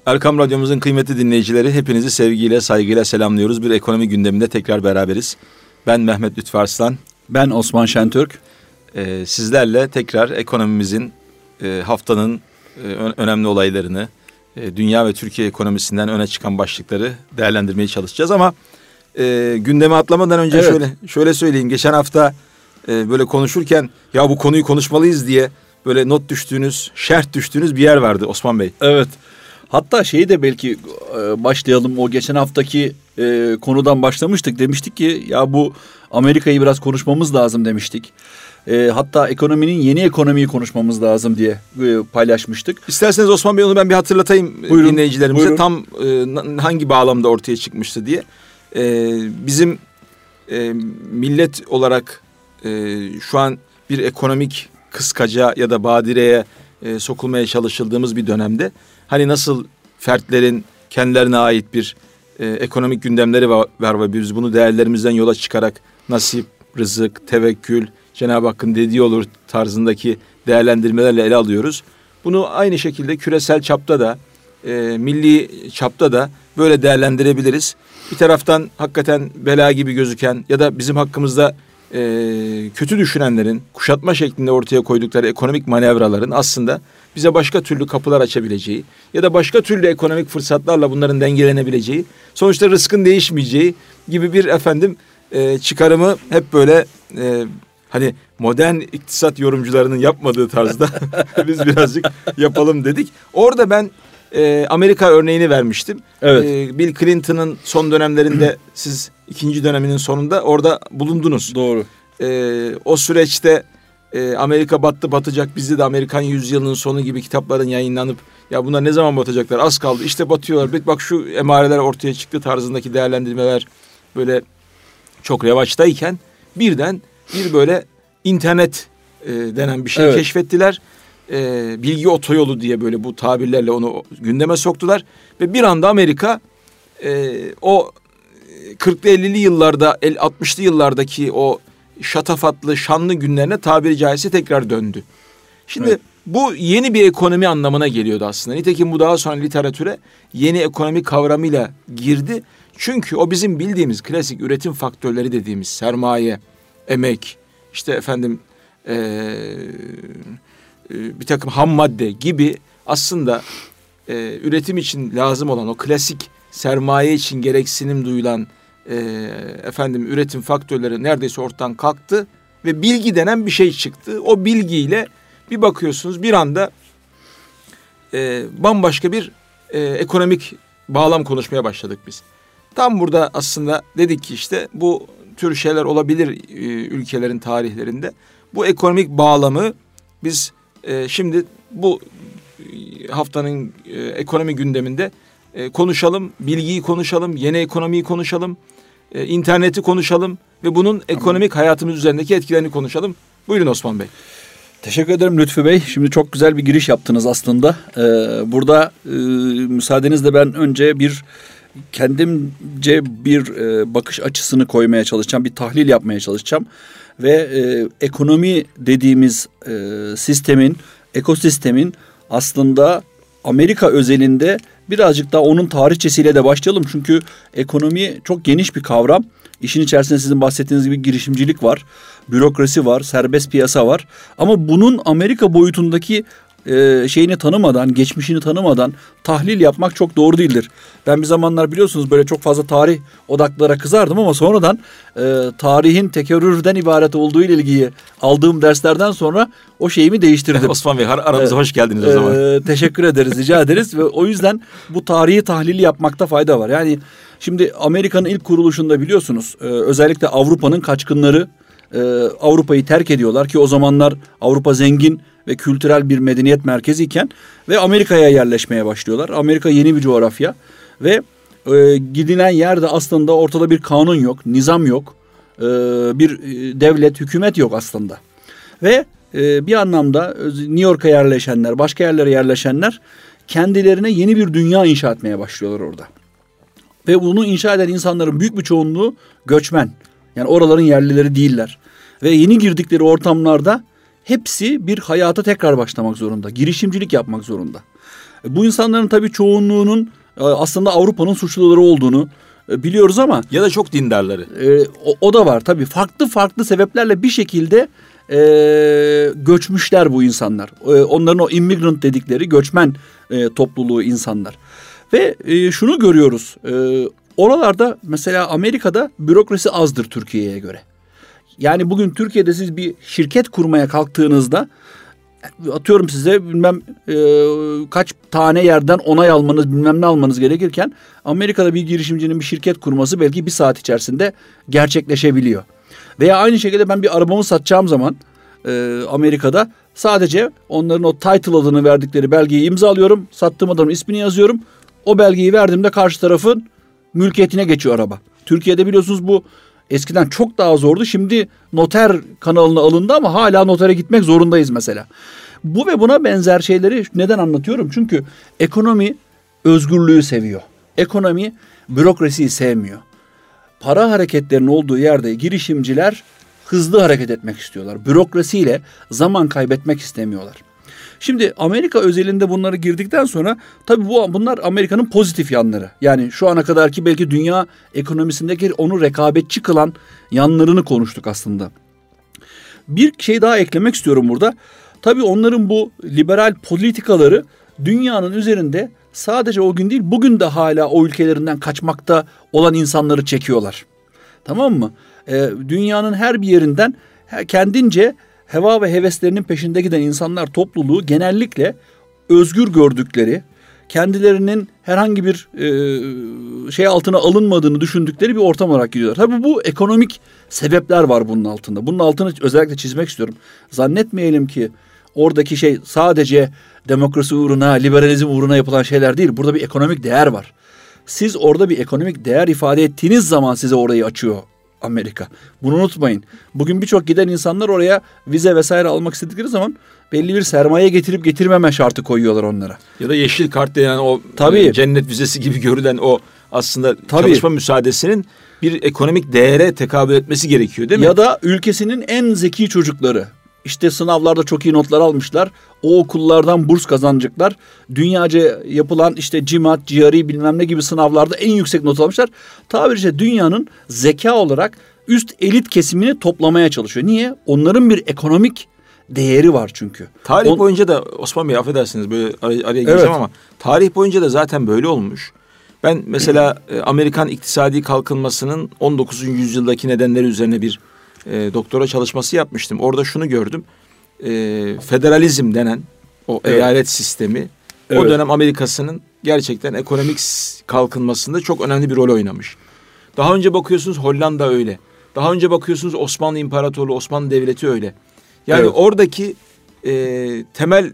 Erkam Radyomuzun kıymetli dinleyicileri, hepinizi sevgiyle, saygıyla selamlıyoruz. Bir ekonomi gündeminde tekrar beraberiz. Ben Mehmet Lütfü Arslan. Ben Osman Şentürk. Sizlerle tekrar ekonomimizin haftanın önemli olaylarını, dünya ve Türkiye ekonomisinden öne çıkan başlıkları değerlendirmeye çalışacağız. Ama gündeme atlamadan önce şöyle söyleyeyim. Geçen hafta böyle konuşurken ya bu konuyu konuşmalıyız diye böyle not düştüğünüz, şerh düştüğünüz bir yer vardı Osman Bey. Evet. Hatta şeyi de belki başlayalım. O geçen haftaki konudan başlamıştık. Demiştik ki ya bu Amerika'yı biraz konuşmamız lazım demiştik. Hatta ekonominin yeni ekonomiyi konuşmamız lazım diye paylaşmıştık. İsterseniz Osman Bey onu ben bir hatırlatayım dinleyicilerimize. Buyurun. Tam hangi bağlamda ortaya çıkmıştı diye. Bizim millet olarak şu an bir ekonomik kıskaca ya da badireye sokulmaya çalışıldığımız bir dönemde hani nasıl fertlerin kendilerine ait bir ekonomik gündemleri var ve biz bunu değerlerimizden yola çıkarak nasip, rızık, tevekkül, Cenab-ı Hakk'ın dediği olur tarzındaki değerlendirmelerle ele alıyoruz. Bunu aynı şekilde küresel çapta da milli çapta da böyle değerlendirebiliriz. Bir taraftan hakikaten bela gibi gözüken ya da bizim hakkımızda kötü düşünenlerin kuşatma şeklinde ortaya koydukları ekonomik manevraların aslında bize başka türlü kapılar açabileceği ya da başka türlü ekonomik fırsatlarla bunların dengelenebileceği, sonuçta rızkın değişmeyeceği gibi bir çıkarımı hep böyle hani modern iktisat yorumcularının yapmadığı tarzda biz birazcık yapalım dedik. Orada ben Amerika örneğini vermiştim. Evet. Bill Clinton'ın son dönemlerinde siz ikinci döneminin sonunda orada bulundunuz. Doğru. O süreçte Amerika battı batacak, bizde de Amerikan yüzyılının sonu gibi kitapların yayınlanıp ya bunlar ne zaman batacaklar, az kaldı işte batıyorlar, bak şu emareler ortaya çıktı tarzındaki değerlendirmeler böyle çok revaçtayken birden bir böyle internet denen bir şey keşfettiler. Bilgi otoyolu diye böyle bu tabirlerle onu gündeme soktular ve bir anda Amerika o 40'lı 50'li yıllarda 60'lı yıllardaki o şatafatlı şanlı günlerine tabiri caizse tekrar döndü. Şimdi bu yeni bir ekonomi anlamına geliyordu aslında. Nitekim bu daha sonra literatüre yeni ekonomi kavramıyla girdi. Çünkü o bizim bildiğimiz klasik üretim faktörleri dediğimiz sermaye, emek, işte bir takım ham madde gibi aslında üretim için lazım olan o klasik sermaye için gereksinim duyulan üretim faktörleri neredeyse ortadan kalktı ve bilgi denen bir şey çıktı. O bilgiyle bir bakıyorsunuz bir anda bambaşka bir ekonomik bağlam konuşmaya başladık biz. Tam burada aslında dedik ki işte bu tür şeyler olabilir ülkelerin tarihlerinde. Bu ekonomik bağlamı biz şimdi bu haftanın ekonomi gündeminde konuşalım, bilgiyi konuşalım, yeni ekonomiyi konuşalım, interneti konuşalım ve bunun ekonomik hayatımız üzerindeki etkilerini konuşalım. Buyurun Osman Bey. Teşekkür ederim Lütfü Bey. Şimdi çok güzel bir giriş yaptınız aslında. Burada müsaadenizle ben önce kendimce bir bakış açısını koymaya çalışacağım, bir tahlil yapmaya çalışacağım. Ve ekonomi dediğimiz ekosistemin aslında Amerika özelinde birazcık daha onun tarihçesiyle de başlayalım. Çünkü ekonomi çok geniş bir kavram. İşin içerisinde sizin bahsettiğiniz gibi girişimcilik var, bürokrasi var, serbest piyasa var. Ama bunun Amerika boyutundaki şeyini tanımadan, geçmişini tanımadan tahlil yapmak çok doğru değildir. Ben bir zamanlar biliyorsunuz böyle çok fazla tarih odaklara kızardım ama sonradan tarihin tekerrürden ibaret olduğu ile ilgili aldığım derslerden sonra o şeyimi değiştirdim. Osman Bey aramıza hoş geldiniz o zaman. Teşekkür ederiz, rica ederiz ve o yüzden bu tarihi tahlili yapmakta fayda var. Yani şimdi Amerika'nın ilk kuruluşunda biliyorsunuz özellikle Avrupa'nın kaçkınları Avrupa'yı terk ediyorlar ki o zamanlar Avrupa zengin ve kültürel bir medeniyet merkeziyken ve Amerika'ya yerleşmeye başlıyorlar. Amerika yeni bir coğrafya ve gidilen yerde aslında ortada bir kanun yok, nizam yok, bir devlet, hükümet yok aslında. Ve bir anlamda New York'a yerleşenler, başka yerlere yerleşenler kendilerine yeni bir dünya inşa etmeye başlıyorlar orada. Ve bunu inşa eden insanların büyük bir çoğunluğu göçmen. Yani oraların yerlileri değiller. Ve yeni girdikleri ortamlarda hepsi bir hayata tekrar başlamak zorunda. Girişimcilik yapmak zorunda. Bu insanların tabii çoğunluğunun aslında Avrupa'nın suçluları olduğunu biliyoruz ama... Ya da çok dindarları. O da var tabii. Farklı sebeplerle bir şekilde göçmüşler bu insanlar. Onların o immigrant dedikleri göçmen topluluğu insanlar. Ve şunu görüyoruz. Oralarda mesela Amerika'da bürokrasi azdır Türkiye'ye göre. Yani bugün Türkiye'de siz bir şirket kurmaya kalktığınızda atıyorum size bilmem kaç tane yerden onay almanız bilmem ne almanız gerekirken Amerika'da bir girişimcinin bir şirket kurması belki bir saat içerisinde gerçekleşebiliyor. Veya aynı şekilde ben bir arabamı satacağım zaman Amerika'da sadece onların o title adını verdikleri belgeyi imzalıyorum. Sattığım adamın ismini yazıyorum. O belgeyi verdiğimde karşı tarafın mülkiyetine geçiyor araba. Türkiye'de biliyorsunuz bu eskiden çok daha zordu. Şimdi noter kanalına alındı ama hala notere gitmek zorundayız mesela. Bu ve buna benzer şeyleri neden anlatıyorum? Çünkü ekonomi özgürlüğü seviyor. Ekonomi bürokrasiyi sevmiyor. Para hareketlerinin olduğu yerde girişimciler hızlı hareket etmek istiyorlar. Bürokrasiyle zaman kaybetmek istemiyorlar. Şimdi Amerika özelinde bunları girdikten sonra tabii bunlar Amerika'nın pozitif yanları. Yani şu ana kadarki belki dünya ekonomisindeki onu rekabetçi kılan yanlarını konuştuk aslında. Bir şey daha eklemek istiyorum burada. Tabii onların bu liberal politikaları dünyanın üzerinde sadece o gün değil bugün de hala o ülkelerinden kaçmakta olan insanları çekiyorlar. Tamam mı? Dünyanın her bir yerinden kendince heva ve heveslerinin peşinde giden insanlar topluluğu genellikle özgür gördükleri, kendilerinin herhangi bir şey altına alınmadığını düşündükleri bir ortam olarak gidiyorlar. Tabii bu ekonomik sebepler var bunun altında. Bunun altını özellikle çizmek istiyorum. Zannetmeyelim ki oradaki şey sadece demokrasi uğruna, liberalizm uğruna yapılan şeyler değil. Burada bir ekonomik değer var. Siz orada bir ekonomik değer ifade ettiğiniz zaman size orayı açıyor Amerika. Bunu unutmayın. Bugün birçok giden insanlar oraya vize vesaire almak istedikleri zaman belli bir sermaye getirip getirmeme şartı koyuyorlar onlara. Ya da yeşil kart denen o cennet vizesi gibi görülen o aslında çalışma müsaadesinin bir ekonomik değere tekabül etmesi gerekiyor değil mi? Ya da ülkesinin en zeki çocukları. İşte sınavlarda çok iyi notlar almışlar. O okullardan burs kazanacaklar. Dünyaca yapılan işte GMAT, GRE bilmem ne gibi sınavlarda en yüksek not almışlar. Tabirce dünyanın zeka olarak üst elit kesimini toplamaya çalışıyor. Niye? Onların bir ekonomik değeri var çünkü. Tarih boyunca da Osman Bey affedersiniz böyle araya gireceğim ama tarih boyunca da zaten böyle olmuş. Ben mesela Amerikan iktisadi kalkınmasının 19. yüzyıldaki nedenleri üzerine bir doktora çalışması yapmıştım. Orada şunu gördüm. Federalizm denen o eyalet sistemi o dönem Amerika'sının gerçekten ekonomik kalkınmasında çok önemli bir rol oynamış. Daha önce bakıyorsunuz Hollanda öyle. Daha önce bakıyorsunuz Osmanlı İmparatorluğu, Osmanlı Devleti öyle. Yani oradaki temel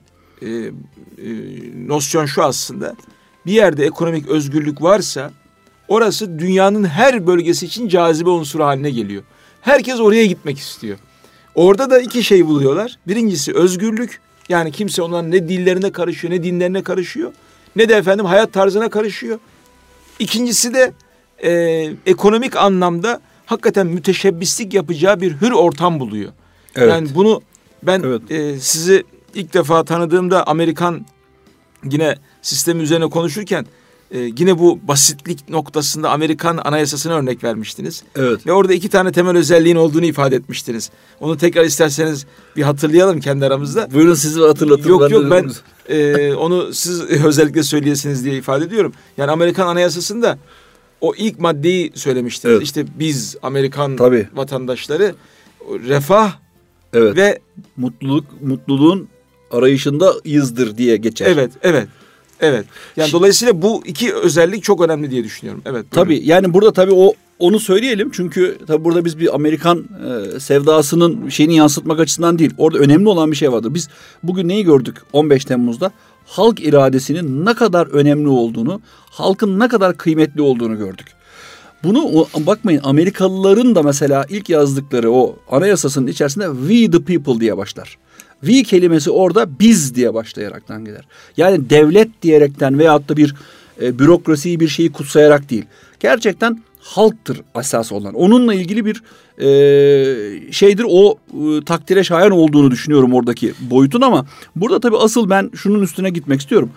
nosyon şu aslında. Bir yerde ekonomik özgürlük varsa orası dünyanın her bölgesi için cazibe unsuru haline geliyor. Herkes oraya gitmek istiyor. Orada da iki şey buluyorlar. Birincisi özgürlük. Yani kimse onların ne dillerine karışıyor, ne dinlerine karışıyor. Ne de efendim hayat tarzına karışıyor. İkincisi de ekonomik anlamda hakikaten müteşebbislik yapacağı bir hür ortam buluyor. Evet. Yani bunu ben sizi ilk defa tanıdığımda Amerikan yine sistemi üzerine konuşurken yine bu basitlik noktasında Amerikan Anayasası'na örnek vermiştiniz. Evet. Ve orada iki tane temel özelliğin olduğunu ifade etmiştiniz. Onu tekrar isterseniz bir hatırlayalım kendi aramızda. Buyurun sizi hatırlatın. Yok ben onu siz özellikle söyleyesiniz diye ifade ediyorum. Yani Amerikan Anayasası'nda o ilk maddeyi söylemiştiniz. Evet. İşte biz Amerikan vatandaşları refah ve mutluluğun arayışındayızdır diye geçer. Evet. Yani dolayısıyla bu iki özellik çok önemli diye düşünüyorum. Evet. Tabii yani burada tabii onu söyleyelim. Çünkü tabii burada biz bir Amerikan sevdasının şeyini yansıtmak açısından değil. Orada önemli olan bir şey vardır. Biz bugün neyi gördük 15 Temmuz'da? Halk iradesinin ne kadar önemli olduğunu, halkın ne kadar kıymetli olduğunu gördük. Bunu bakmayın Amerikalıların da mesela ilk yazdıkları o anayasasının içerisinde we the people diye başlar. We kelimesi orada biz diye başlayaraktan gelir. Yani devlet diyerekten veyahut da bir bürokrasiyi bir şeyi kutsayarak değil. Gerçekten halktır esas olan. Onunla ilgili bir şeydir o takdire şayan olduğunu düşünüyorum oradaki boyutun ama burada tabii asıl ben şunun üstüne gitmek istiyorum.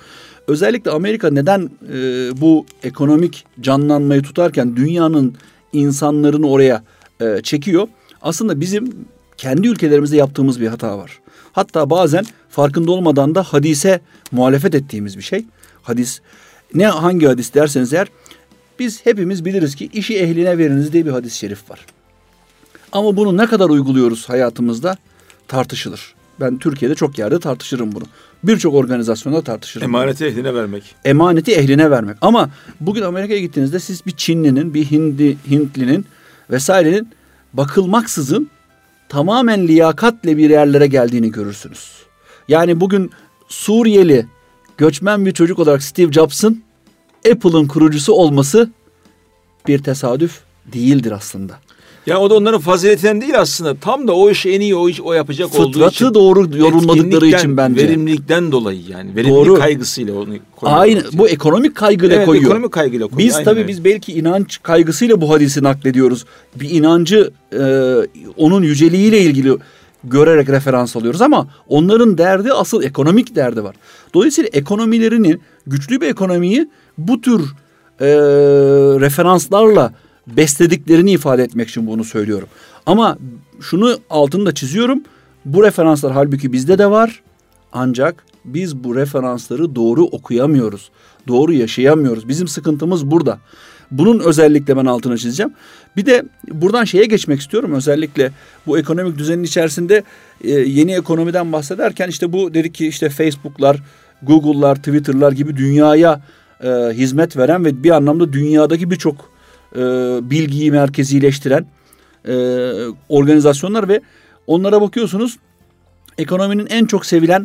özellikle Amerika neden bu ekonomik canlanmayı tutarken dünyanın insanlarını oraya çekiyor? Aslında bizim kendi ülkelerimizde yaptığımız bir hata var. Hatta bazen farkında olmadan da hadise muhalefet ettiğimiz bir şey. Hadis, hangi hadis derseniz eğer, biz hepimiz biliriz ki işi ehline veriniz diye bir hadis-i şerif var. Ama bunu ne kadar uyguluyoruz hayatımızda tartışılır. Ben Türkiye'de çok yerde tartışırım bunu. Birçok organizasyonda tartışırım. Emaneti ehline vermek. Emaneti ehline vermek. Ama bugün Amerika'ya gittiğinizde siz bir Çinlinin, bir Hintlinin vesairenin bakılmaksızın tamamen liyakatle bir yerlere geldiğini görürsünüz. Yani bugün Suriyeli göçmen bir çocuk olarak Steve Jobs'ın Apple'ın kurucusu olması bir tesadüf değildir aslında. Ya o da onların faziletinden değil aslında. Tam da o işi en iyi o yapacak Fıtratı olduğu için. doğru yorumladıkları için bence. Verimlilikten dolayı yani. Verimlilik doğru. kaygısıyla onu koyuyor. Aynen. Bu ekonomik kaygıyla koyuyor. Ekonomik kaygıyla koyuyor. Biz tabii biz belki inanç kaygısıyla bu hadisi naklediyoruz. Bir inancı onun yüceliğiyle ilgili görerek referans alıyoruz ama onların derdi asıl ekonomik derdi var. Dolayısıyla ekonomilerini, güçlü bir ekonomiyi bu tür referanslarla beslediklerini ifade etmek için bunu söylüyorum. Ama şunu altını da çiziyorum. Bu referanslar halbuki bizde de var. Ancak biz bu referansları doğru okuyamıyoruz. Doğru yaşayamıyoruz. Bizim sıkıntımız burada. Bunun özellikle ben altını çizeceğim. Bir de buradan şeye geçmek istiyorum. Özellikle bu ekonomik düzenin içerisinde yeni ekonomiden bahsederken işte bu dedik ki işte Facebook'lar, Google'lar, Twitter'lar gibi dünyaya hizmet veren ve bir anlamda dünyadaki birçok bilgiyi merkezileştiren organizasyonlar ve onlara bakıyorsunuz ekonominin en çok sevilen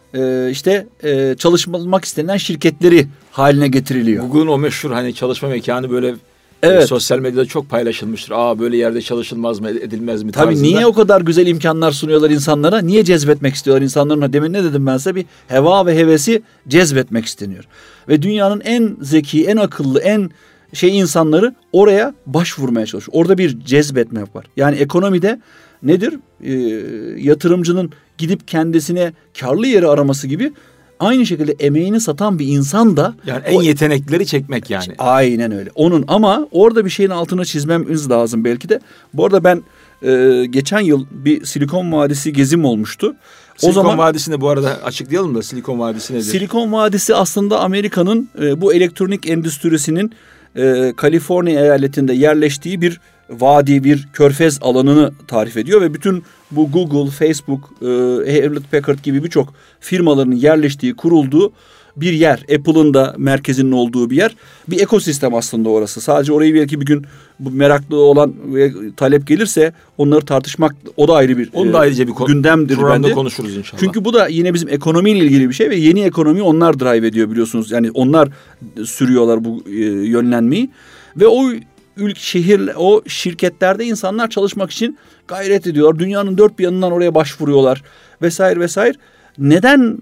çalışmak istenilen şirketleri haline getiriliyor. Google'un o meşhur hani çalışma mekanı böyle sosyal medyada çok paylaşılmıştır. Böyle yerde çalışılmaz mı, edilmez mi tarzında. Tabii niye o kadar güzel imkanlar sunuyorlar insanlara? Niye cezbetmek istiyorlar insanların? Demin ne dedim ben size? Bir heva ve hevesi cezbetmek isteniyor. Ve dünyanın en zeki, en akıllı, en insanları oraya başvurmaya çalışıyor. Orada bir cezbetme var. Yani ekonomide nedir? Yatırımcının gidip kendisine karlı yeri araması gibi aynı şekilde emeğini satan bir insan da yani en yeteneklileri çekmek yani. Aynen öyle. Onun ama orada bir şeyin altına çizmemiz lazım belki de. Bu arada ben geçen yıl bir Silikon Vadisi gezim olmuştu. Silikon Vadisi'nde bu arada açıklayalım da Silikon Vadisi nedir? Silikon Vadisi aslında Amerika'nın bu elektronik endüstrisinin Kaliforniya eyaletinde yerleştiği bir vadi, bir körfez alanını tarif ediyor ve bütün bu Google, Facebook, Hewlett Packard gibi birçok firmaların yerleştiği, kurulduğu bir yer. Apple'ın da merkezinin olduğu bir yer. Bir ekosistem aslında orası. Sadece orayı belki bir gün bu meraklı olan ve talep gelirse onları tartışmak o da ayrı bir onu da ayrıca bir gündemdir programda bence. Konuşuruz inşallah. Çünkü bu da yine bizim ekonomiyle ilgili bir şey ve yeni ekonomi onlar drive ediyor biliyorsunuz. Yani onlar sürüyorlar bu yönlenmeyi ve o o şirketlerde insanlar çalışmak için gayret ediyorlar. Dünyanın dört bir yanından oraya başvuruyorlar vesaire vesaire. Neden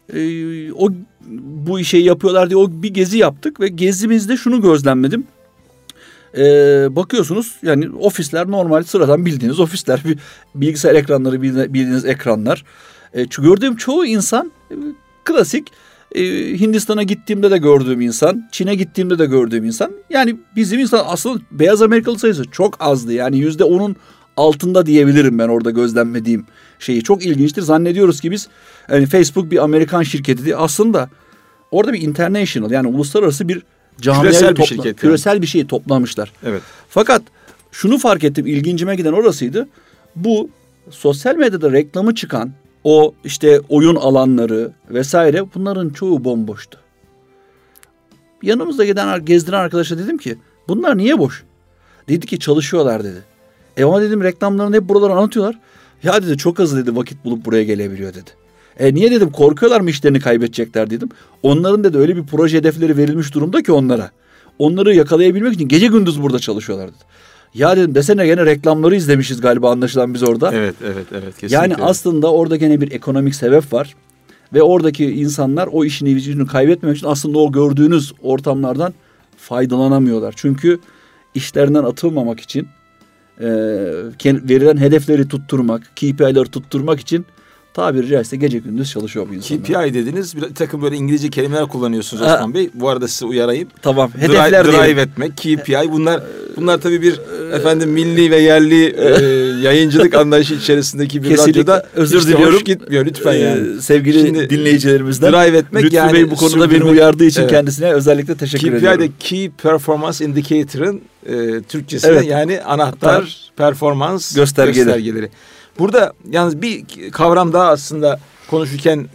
bu işi yapıyorlar diye bir gezi yaptık ve gezimizde şunu gözlemledim. Bakıyorsunuz yani ofisler normal sıradan bildiğiniz ofisler, bilgisayar ekranları bildiğiniz ekranlar. Gördüğüm çoğu insan klasik. Hindistan'a gittiğimde de gördüğüm insan, Çin'e gittiğimde de gördüğüm insan. Yani bizim insan aslında beyaz Amerikalı sayısı çok azdı. Yani %10'un altında diyebilirim ben orada gözlemlediğim şeyi. Çok ilginçtir. Zannediyoruz ki biz yani Facebook bir Amerikan şirketi değil. Aslında orada bir international yani uluslararası bir küresel bir şeyi toplamışlar. Evet. Fakat şunu fark ettim, ilgincime giden orasıydı. Bu sosyal medyada reklamı çıkan o işte oyun alanları vesaire bunların çoğu bomboştu. Yanımızda gezdiren arkadaşa dedim ki bunlar niye boş? Dedi ki çalışıyorlar dedi. Ama dedim reklamlarını hep buraları anlatıyorlar. Ya dedi çok hızlı dedi vakit bulup buraya gelebiliyor dedi. Niye dedim korkuyorlar mı işlerini kaybedecekler dedim. Onların dedi öyle bir proje hedefleri verilmiş durumda ki onlara. Onları yakalayabilmek için gece gündüz burada çalışıyorlar dedi. Ya dedim desene gene reklamları izlemişiz galiba anlaşılan biz orada. Evet kesinlikle. Yani aslında orada gene bir ekonomik sebep var. Ve oradaki insanlar o işini gücünü kaybetmemek için aslında o gördüğünüz ortamlardan faydalanamıyorlar. Çünkü işlerinden atılmamak için verilen hedefleri tutturmak, KPI'leri tutturmak için tabiri caizse gece gündüz çalışıyor bu insanlar. KPI dediniz. Bir takım böyle İngilizce kelimeler kullanıyorsunuz Osman Bey. Bu arada size uyarayım. Tamam. Hedefler drive etmek, KPI. Bunlar tabii bir milli ve yerli yayıncılık anlayışı içerisindeki bir kesinlikle radyoda özür hiç diliyorum. Hoş gitmiyor lütfen yani. Sevgili Şimdi, dinleyicilerimizden drive etmek Lütfü yani Bey bu konuda beni uyardığı için kendisine özellikle teşekkür ediyorum. KPI de Key Performance Indicator'ın Türkçesine yani anahtar performans göstergeleri. Burada yalnız bir kavram daha aslında konuşurken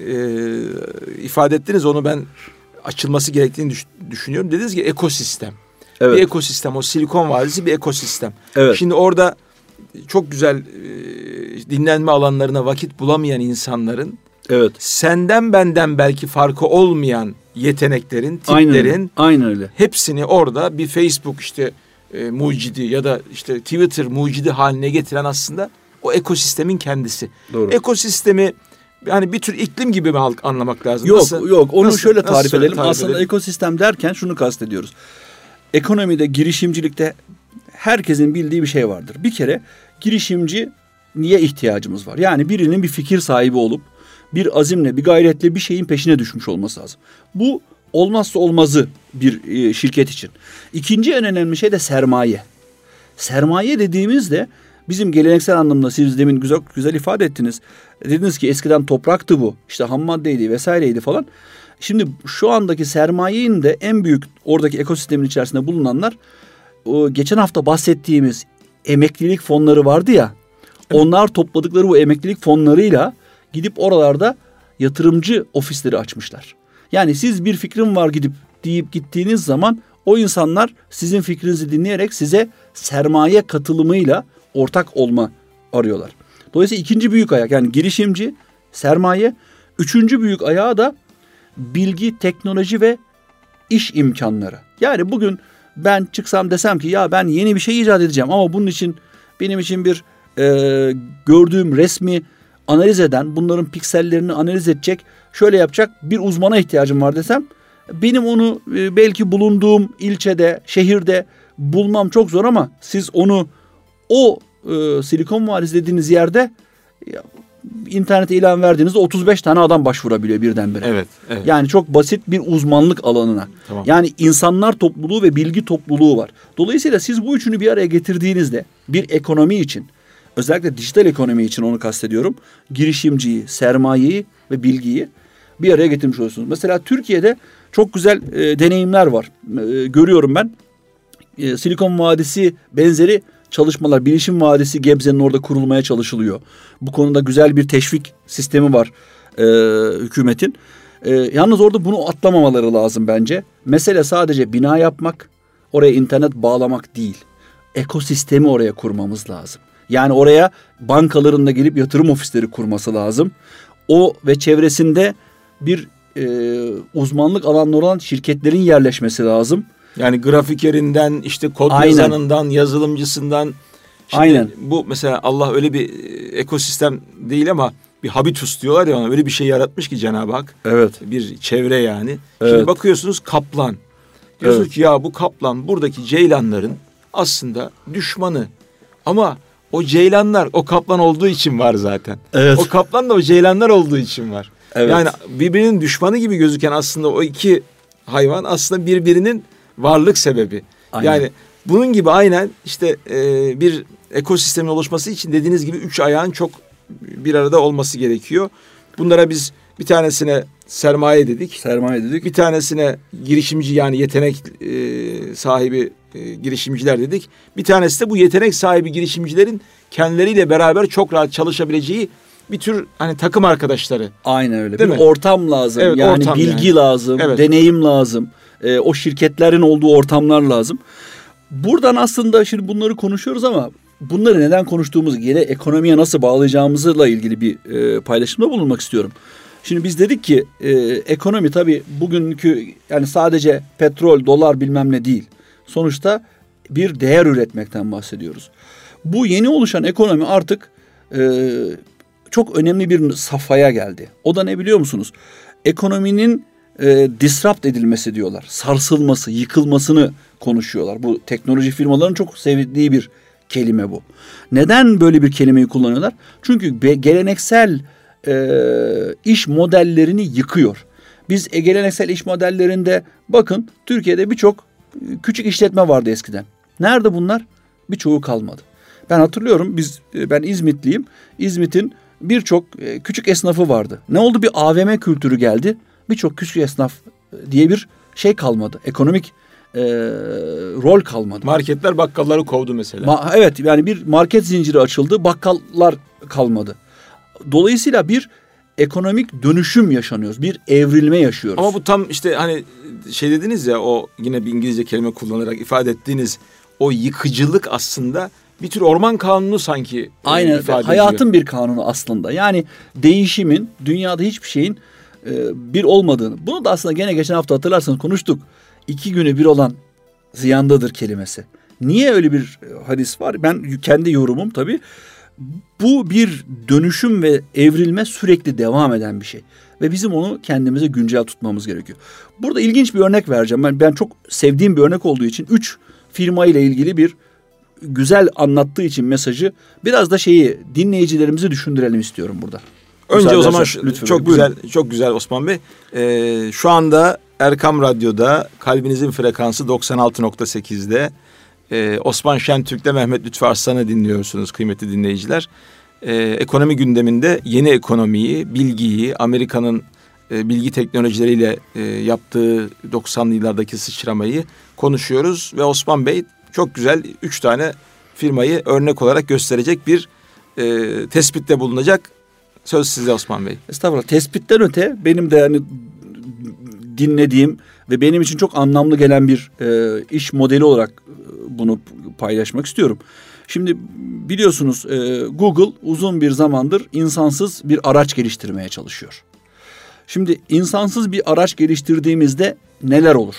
ifade ettiniz, onu ben açılması gerektiğini düşünüyorum. Dediniz ki ekosistem. Evet. Bir ekosistem, o Silikon Vadisi bir ekosistem. Evet. Şimdi orada çok güzel dinlenme alanlarına vakit bulamayan insanların senden benden belki farkı olmayan yeteneklerin, tiplerin aynen öyle. Hepsini orada bir Facebook mucidi ya da Twitter mucidi haline getiren aslında o ekosistemin kendisi. Doğru. Ekosistemi yani bir tür iklim gibi mi anlamak lazım? Yok. Onu şöyle tarif edelim. Aslında ekosistem derken şunu kastediyoruz. Ekonomide, girişimcilikte herkesin bildiği bir şey vardır. Bir kere girişimci niye ihtiyacımız var? Yani birinin bir fikir sahibi olup bir azimle, bir gayretle bir şeyin peşine düşmüş olması lazım. Bu olmazsa olmazı bir şirket için. İkinci en önemli şey de sermaye. Sermaye dediğimizde bizim geleneksel anlamda siz demin güzel ifade ettiniz. Dediniz ki eskiden topraktı bu. İşte ham maddeydi vesaireydi falan. Şimdi şu andaki sermayenin de en büyük oradaki ekosistemin içerisinde bulunanlar o geçen hafta bahsettiğimiz emeklilik fonları vardı ya. Onlar topladıkları bu emeklilik fonlarıyla gidip oralarda yatırımcı ofisleri açmışlar. Yani siz bir fikrim var deyip gittiğiniz zaman o insanlar sizin fikrinizi dinleyerek size sermaye katılımıyla ortak olma arıyorlar. Dolayısıyla ikinci büyük ayak yani girişimci, sermaye. Üçüncü büyük ayağı da bilgi, teknoloji ve iş imkanları. Yani bugün ben çıksam desem ki ya ben yeni bir şey icat edeceğim ama bunun için benim için bir gördüğüm resmi analiz eden, bunların piksellerini analiz edecek, şöyle yapacak bir uzmana ihtiyacım var desem, benim onu belki bulunduğum ilçede, şehirde bulmam çok zor ama siz onu o Silikon Vadisi dediğiniz yerde internete ilan verdiğinizde 35 tane adam başvurabiliyor birdenbire. Evet. Yani çok basit bir uzmanlık alanına. Tamam. Yani insanlar topluluğu ve bilgi topluluğu var. Dolayısıyla siz bu üçünü bir araya getirdiğinizde bir ekonomi için, özellikle dijital ekonomi için onu kastediyorum, girişimciyi, sermayeyi ve bilgiyi bir araya getirmiş oluyorsunuz. Mesela Türkiye'de çok güzel deneyimler var. Görüyorum ben. Silikon Vadisi benzeri çalışmalar, Bilişim Vadisi Gebze'nin orada kurulmaya çalışılıyor. Bu konuda güzel bir teşvik sistemi var hükümetin. Yalnız orada bunu atlamamaları lazım bence. Mesele sadece bina yapmak, oraya internet bağlamak değil. Ekosistemi oraya kurmamız lazım. Yani oraya bankaların da gelip yatırım ofisleri kurması lazım. O ve çevresinde bir uzmanlık alanları olan şirketlerin yerleşmesi lazım. Yani grafikerinden, kod yazanından, yazılımcısından. Şimdi bu mesela Allah öyle bir ekosistem değil ama bir habitus diyorlar ya, öyle bir şey yaratmış ki Cenab-ı Hak. Evet. Bir çevre yani. Evet. Şimdi bakıyorsunuz kaplan. Diyorsunuz ki ya bu kaplan buradaki ceylanların aslında düşmanı. Ama o ceylanlar o kaplan olduğu için var zaten. Evet. O kaplan da o ceylanlar olduğu için var. Evet. Yani birbirinin düşmanı gibi gözüken aslında o iki hayvan aslında birbirinin varlık sebebi. Aynen. Yani bunun gibi aynen bir ekosistemin oluşması için dediğiniz gibi 3 ayağın çok bir arada olması gerekiyor. Bunlara biz bir tanesine sermaye dedik. Bir tanesine girişimci yani yetenek sahibi girişimciler dedik. Bir tanesi de bu yetenek sahibi girişimcilerin kendileriyle beraber çok rahat çalışabileceği bir tür takım arkadaşları. Aynen öyle. Değil bir mi? Ortam lazım. Evet, yani ortam bilgi lazım, deneyim lazım. O şirketlerin olduğu ortamlar lazım. Buradan aslında şimdi bunları konuşuyoruz ama bunları neden konuştuğumuz, gene ekonomiye nasıl bağlayacağımızla ilgili bir paylaşımda bulunmak istiyorum. Şimdi biz dedik ki ekonomi tabii bugünkü yani sadece petrol, dolar bilmem ne değil. Sonuçta bir değer üretmekten bahsediyoruz. Bu yeni oluşan ekonomi artık çok önemli bir safhaya geldi. O da ne biliyor musunuz? Ekonominin disrupt edilmesi diyorlar. Sarsılması, yıkılmasını konuşuyorlar. Bu teknoloji firmalarının çok sevdiği bir kelime bu. Neden böyle bir kelimeyi kullanıyorlar? Çünkü geleneksel iş modellerini yıkıyor. Biz geleneksel iş modellerinde bakın Türkiye'de birçok küçük işletme vardı eskiden. Nerede bunlar? Birçoğu kalmadı. Ben hatırlıyorum ben İzmitliyim. İzmit'in birçok küçük esnafı vardı. Ne oldu? Bir AVM kültürü geldi. Birçok küçük esnaf diye bir şey kalmadı. Ekonomik rol kalmadı. Marketler bakkalları kovdu mesela. Evet, yani bir market zinciri açıldı. Bakkallar kalmadı. Dolayısıyla bir ekonomik dönüşüm yaşanıyoruz. Bir evrilme yaşıyoruz. Ama bu tam işte hani şey dediniz ya, o yine bir İngilizce kelime kullanarak ifade ettiğiniz o yıkıcılık aslında bir tür orman kanunu sanki aynen, ifade ediyor. hayatın bir kanunu aslında. Yani değişimin, dünyada hiçbir şeyin bir olmadığını. Bunu da aslında gene geçen hafta hatırlarsanız konuştuk. 2 günü bir olan ziyandadır kelimesi. Niye öyle bir hadis var? Ben kendi yorumum tabii. Bu bir dönüşüm ve evrilme sürekli devam eden bir şey. Ve bizim onu kendimize güncel tutmamız gerekiyor. Burada ilginç bir örnek vereceğim. Ben çok sevdiğim bir örnek olduğu için 3 firma ile ilgili bir güzel anlattığı için mesajı biraz da dinleyicilerimizi düşündürelim istiyorum burada. Önce o zaman çok güzel Osman Bey. Şu anda Erkam Radyo'da kalbinizin frekansı 96.8'de Osman Şentürk'le Mehmet Lütfü Arslan'ı dinliyorsunuz kıymetli dinleyiciler. Ekonomi gündeminde yeni ekonomiyi, bilgiyi, Amerika'nın bilgi teknolojileriyle yaptığı 90'lı yıllardaki sıçramayı konuşuyoruz. Ve Osman Bey çok güzel 3 tane firmayı örnek olarak gösterecek bir tespitte bulunacak. Söz size Osman Bey. Estağfurullah. Tespitten öte benim de yani dinlediğim ve benim için çok anlamlı gelen bir iş modeli olarak bunu paylaşmak istiyorum. Şimdi biliyorsunuz Google uzun bir zamandır insansız bir araç geliştirmeye çalışıyor. Şimdi insansız bir araç geliştirdiğimizde neler olur?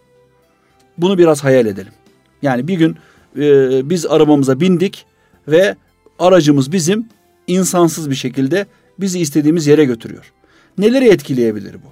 Bunu biraz hayal edelim. Yani bir gün biz arabamıza bindik ve aracımız bizim insansız bir şekilde bizi istediğimiz yere götürüyor. Neleri etkileyebilir bu?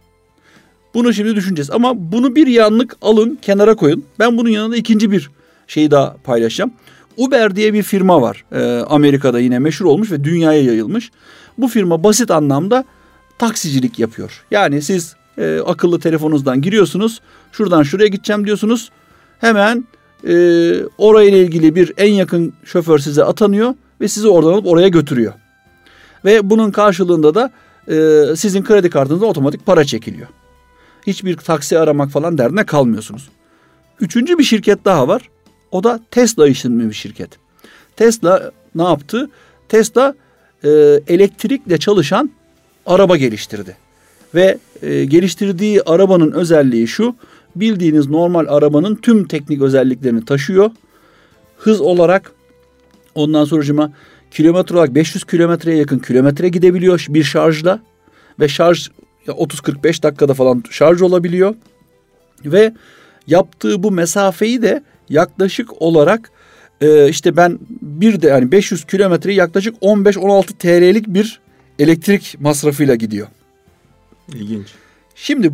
Bunu şimdi düşüneceğiz ama bunu bir yanlık alın, kenara koyun. Ben bunun yanında ikinci bir şeyi daha paylaşacağım. Uber diye bir firma var. Amerika'da yine meşhur olmuş ve dünyaya yayılmış. Bu firma basit anlamda taksicilik yapıyor. Yani siz akıllı telefonunuzdan giriyorsunuz. Şuradan şuraya gideceğim diyorsunuz. Hemen orayla ilgili bir en yakın şoför size atanıyor ve sizi oradan alıp oraya götürüyor. Ve bunun karşılığında da sizin kredi kartınızda otomatik para çekiliyor. Hiçbir taksi aramak falan derdine kalmıyorsunuz. Üçüncü bir şirket daha var. O da Tesla isimli bir şirket. Tesla ne yaptı? Tesla elektrikle çalışan araba geliştirdi. Ve geliştirdiği arabanın özelliği şu: bildiğiniz normal arabanın tüm teknik özelliklerini taşıyor. Hız olarak, ondan sonracığıma kilometre olarak 500 kilometreye yakın kilometre gidebiliyor bir şarjla. Ve şarj 30-45 dakikada falan şarj olabiliyor. Ve yaptığı bu mesafeyi de yaklaşık olarak işte ben bir de yani 500 kilometre yaklaşık 15-16 TL'lik bir elektrik masrafıyla gidiyor. İlginç. Şimdi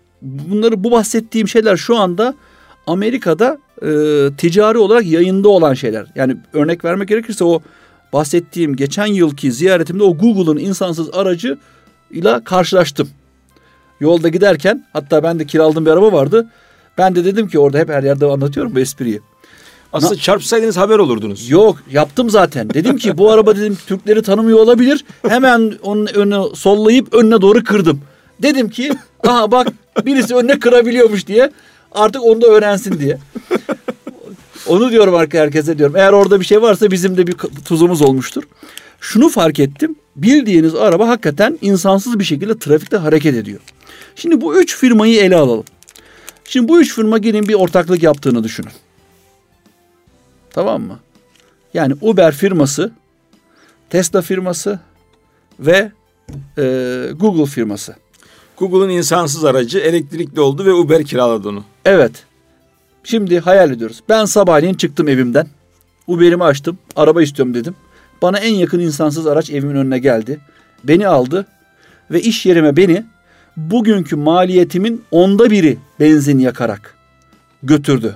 bu bahsettiğim şeyler şu anda Amerika'da ticari olarak yayında olan şeyler. Yani örnek vermek gerekirse o bahsettiğim geçen yılki ziyaretimde o Google'ın insansız aracıyla karşılaştım. Yolda giderken, hatta ben de kiraladığım bir araba vardı. Ben de dedim ki, orada hep her yerde anlatıyorum bu espriyi. Aslında çarpsaydınız haber olurdunuz. Yok, yaptım zaten. Dedim ki bu araba dedim Türkleri tanımıyor olabilir. Hemen onun önünü sollayıp önüne doğru kırdım. Dedim ki aha bak birisi önüne kırabiliyormuş diye. Artık onu da öğrensin diye. Onu diyorum herkese diyorum. Eğer orada bir şey varsa bizim de bir tuzumuz olmuştur. Şunu fark ettim. Bildiğiniz araba hakikaten insansız bir şekilde trafikte hareket ediyor. Şimdi bu 3 firmayı ele alalım. Şimdi bu 3 firma gelin bir ortaklık yaptığını düşünün. Tamam mı? Yani Uber firması, Tesla firması ve Google firması. Google'ın insansız aracı elektrikli oldu ve Uber kiraladı onu. Evet. Şimdi hayal ediyoruz. Ben sabahleyin çıktım evimden. Uber'imi açtım. Araba istiyorum dedim. Bana en yakın insansız araç evimin önüne geldi. Beni aldı ve iş yerime beni bugünkü maliyetimin 1/10 benzin yakarak götürdü.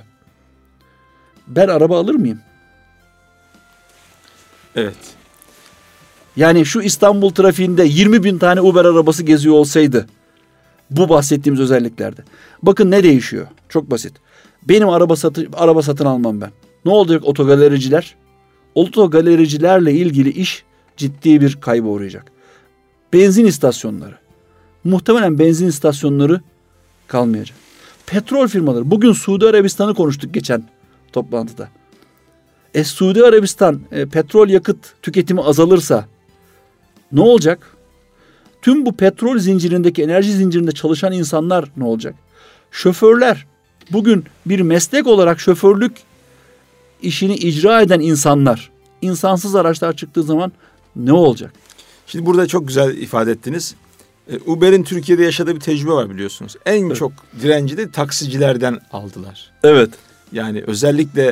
Ben araba alır mıyım? Evet. Yani şu İstanbul trafiğinde 20 bin tane Uber arabası geziyor olsaydı, bu bahsettiğimiz özelliklerde. Bakın ne değişiyor? Çok basit. Benim araba satın almam ben. Ne olacak otogalericiler? Otogalericilerle ilgili iş ciddi bir kayba uğrayacak. Benzin istasyonları. Muhtemelen benzin istasyonları kalmayacak. Petrol firmaları. Bugün Suudi Arabistan'ı konuştuk geçen toplantıda. Suudi Arabistan petrol yakıt tüketimi azalırsa ne olacak? Tüm bu petrol zincirindeki, enerji zincirinde çalışan insanlar ne olacak? Şoförler. Bugün bir meslek olarak şoförlük işini icra eden insanlar, insansız araçlar çıktığı zaman ne olacak? Şimdi burada çok güzel ifade ettiniz. Uber'in Türkiye'de yaşadığı bir tecrübe var biliyorsunuz. En çok direnci de taksicilerden aldılar. Evet. Yani özellikle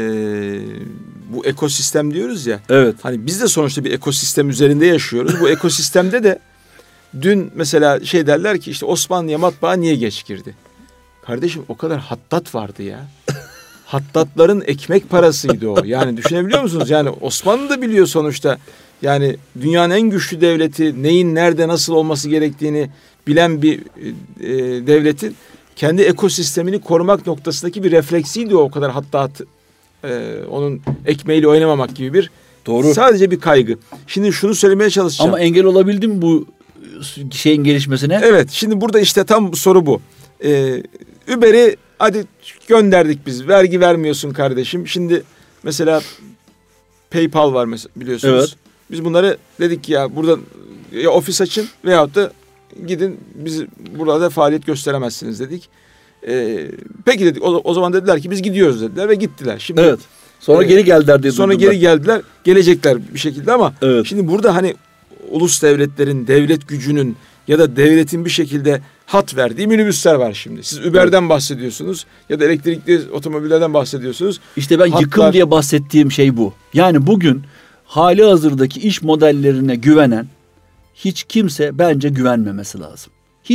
bu ekosistem diyoruz ya. Evet. Hani biz de sonuçta bir ekosistem üzerinde yaşıyoruz. Bu ekosistemde de dün mesela derler ki işte Osmanlı'ya matbaa niye geç girdi? Kardeşim o kadar hattat vardı ya. Hattatların ekmek parasıydı o. Yani düşünebiliyor musunuz? Yani Osmanlı da biliyor sonuçta. Yani dünyanın en güçlü devleti, neyin nerede nasıl olması gerektiğini bilen bir devletin kendi ekosistemini korumak noktasındaki bir refleksiydi o kadar hattat. Onun ekmeğiyle oynamamak gibi bir doğru. Sadece bir kaygı. Şimdi şunu söylemeye çalışacağım. Ama engel olabildi mi bu şeyin gelişmesine? Evet. Şimdi burada işte tam soru bu. Uber'i hadi gönderdik biz. Vergi vermiyorsun kardeşim. Şimdi mesela PayPal var mesela biliyorsunuz. Evet. Biz bunları dedik ki ya burada ya ofis açın veyahut da gidin biz burada faaliyet gösteremezsiniz dedik. Peki dedik. O zaman dediler ki biz gidiyoruz dediler ve gittiler. Şimdi evet. Sonra geri geldiler diye sonra geri geldiler. Gelecekler bir şekilde ama evet. Şimdi burada hani ulus devletlerin, devlet gücünün ya da devletin bir şekilde hat verdiği minibüsler var şimdi. Siz Uber'den bahsediyorsunuz ya da elektrikli otomobillerden bahsediyorsunuz. İşte ben yıkım diye bahsettiğim şey bu. Yani bugün hali hazırdaki iş modellerine güvenen hiç kimse bence güvenmemesi lazım.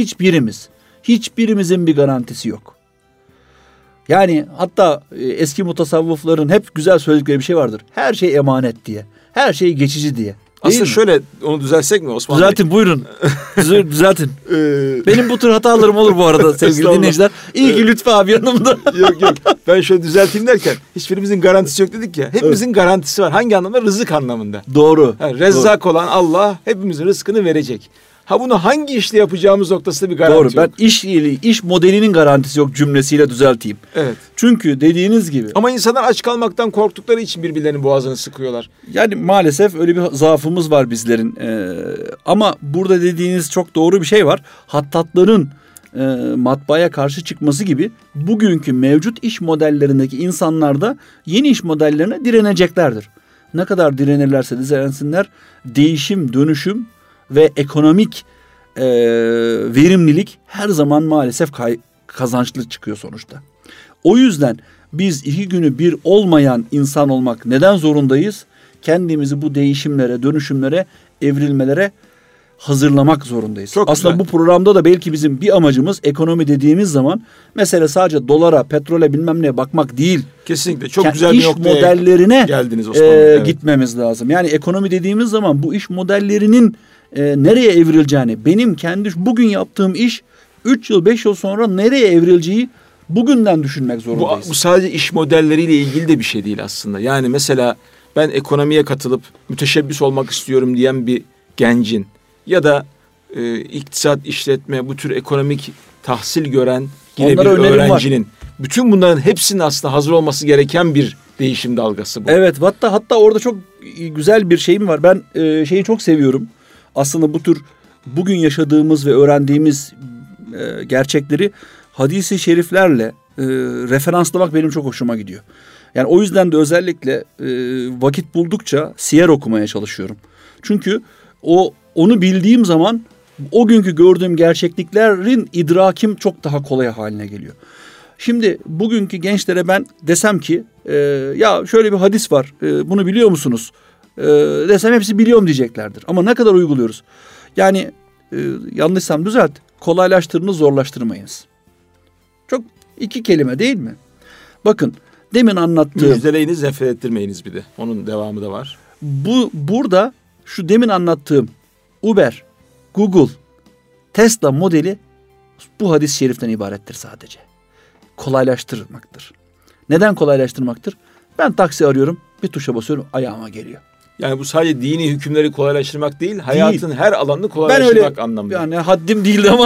Hiçbirimizin bir garantisi yok. Yani hatta eski mutasavvıfların hep güzel söyledikleri bir şey vardır. Her şey emanet diye. Her şey geçici diye. Aslında şöyle onu düzelsek mi Osman Düzeltin Bey? Buyurun. Düzeltin. Benim bu tür hatalarım olur bu arada sevgili dinleyiciler. İyi ki Lütfü abi yanımda. Yok. Ben şöyle düzelteyim derken hiçbirimizin garantisi yok dedik ya. Hepimizin garantisi var. Hangi anlamda? Rızık anlamında. Doğru. Yani Rezzak olan Allah hepimizin rızkını verecek. Bunu hangi işte yapacağımız noktasında bir garanti yok. Doğru. Ben iş modelinin garantisi yok cümlesiyle düzelteyim. Evet. Çünkü dediğiniz gibi. Ama insanlar aç kalmaktan korktukları için birbirlerinin boğazını sıkıyorlar. Yani maalesef öyle bir zaafımız var bizlerin. Ama burada dediğiniz çok doğru bir şey var. Hattatların matbaaya karşı çıkması gibi bugünkü mevcut iş modellerindeki insanlar da yeni iş modellerine direneceklerdir. Ne kadar direnirlerse dirensinler değişim, dönüşüm ve ekonomik verimlilik her zaman maalesef kazançlı çıkıyor sonuçta. O yüzden biz 2 günü bir olmayan insan olmak neden zorundayız? Kendimizi bu değişimlere, dönüşümlere, evrilmelere hazırlamak zorundayız. Çok aslında güzel. Bu programda da belki bizim bir amacımız ekonomi dediğimiz zaman mesele sadece dolara, petrole bilmem neye bakmak değil. Kesinlikle çok güzel bir iş noktaya modellerine geldiniz Osman Bey. Evet. Gitmemiz lazım. Yani ekonomi dediğimiz zaman bu iş modellerinin nereye evrileceğini, benim kendi bugün yaptığım iş 3 yıl 5 yıl sonra nereye evrileceği bugünden düşünmek zorundayız. Bu sadece iş modelleriyle ilgili de bir şey değil aslında. Yani mesela ben ekonomiye katılıp müteşebbis olmak istiyorum diyen bir gencin ya da iktisat, işletme, bu tür ekonomik tahsil gören yine bir öğrencinin bütün bunların hepsinin aslında hazır olması gereken bir değişim dalgası bu. Evet, hatta orada çok güzel bir şeyim var. Ben şeyi çok seviyorum. Aslında bu tür bugün yaşadığımız ve öğrendiğimiz gerçekleri hadisi şeriflerle referanslamak benim çok hoşuma gidiyor. Yani o yüzden de özellikle vakit buldukça siyer okumaya çalışıyorum. Çünkü onu bildiğim zaman o günkü gördüğüm gerçekliklerin idrakim çok daha kolay haline geliyor. Şimdi bugünkü gençlere ben desem ki ya şöyle bir hadis var, bunu biliyor musunuz? Desem hepsi biliyorum diyeceklerdir. Ama ne kadar uyguluyoruz? Yani yanlışsam düzelt. Kolaylaştırınız, zorlaştırmayınız. Çok 2 kelime değil mi? Bakın demin anlattığım. Müjdeleyiniz, nefret ettirmeyiniz bir de. Onun devamı da var. Burada şu demin anlattığım Uber, Google, Tesla modeli bu hadis-i şeriften ibarettir sadece. Kolaylaştırmaktır. Neden kolaylaştırmaktır? Ben taksi arıyorum, bir tuşa basıyorum, ayağıma geliyor. Yani bu sadece dini hükümleri kolaylaştırmak değil, hayatın her alanını kolaylaştırmak anlamında. Yani haddim değildi ama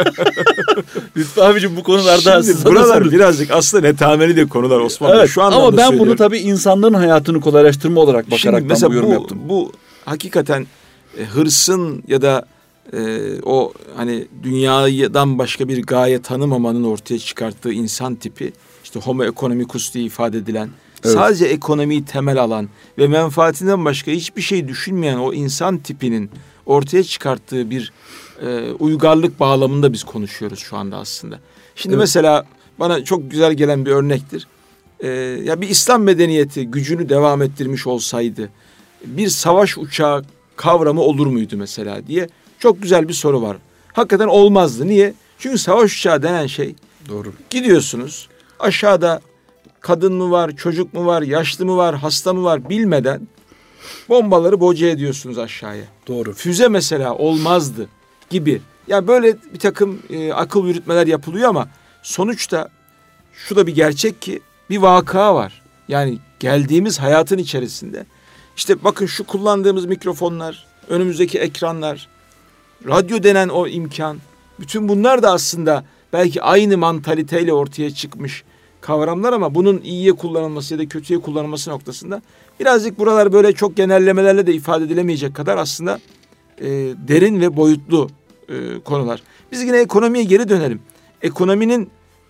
Lütfü abicim bu konularda... Şimdi buralar birazcık aslında netameli de konular Osman Bey. Evet, şu anlamda ama ben söylüyorum. Bunu tabii insanların hayatını kolaylaştırma olarak bakarak ben bu yorum yaptım. Bu hakikaten hırsın ya da o hani dünyadan başka bir gaye tanımamanın ortaya çıkarttığı insan tipi, işte homo economicus diye ifade edilen, evet, sadece ekonomiyi temel alan ve menfaatinden başka hiçbir şey düşünmeyen o insan tipinin ortaya çıkarttığı bir uygarlık bağlamında biz konuşuyoruz şu anda aslında. Şimdi mesela bana çok güzel gelen bir örnektir. Ya bir İslam medeniyeti gücünü devam ettirmiş olsaydı bir savaş uçağı kavramı olur muydu mesela diye çok güzel bir soru var. Hakikaten olmazdı. Niye? Çünkü savaş uçağı denen şey, doğru, gidiyorsunuz aşağıda kadın mı var, çocuk mu var, yaşlı mı var, hasta mı var bilmeden bombaları boca ediyorsunuz aşağıya. Doğru. Füze mesela olmazdı gibi. Yani böyle bir takım akıl yürütmeler yapılıyor ama sonuçta şu da bir gerçek ki bir vaka var. Yani geldiğimiz hayatın içerisinde işte bakın şu kullandığımız mikrofonlar, önümüzdeki ekranlar, radyo denen o imkan, bütün bunlar da aslında belki aynı mantaliteyle ortaya çıkmış kavramlar ama bunun iyiye kullanılması ya da kötüye kullanılması noktasında birazcık buralar böyle çok genellemelerle de ifade edilemeyecek kadar aslında derin ve boyutlu konular. Biz yine ekonomiye geri dönelim. Ekonominin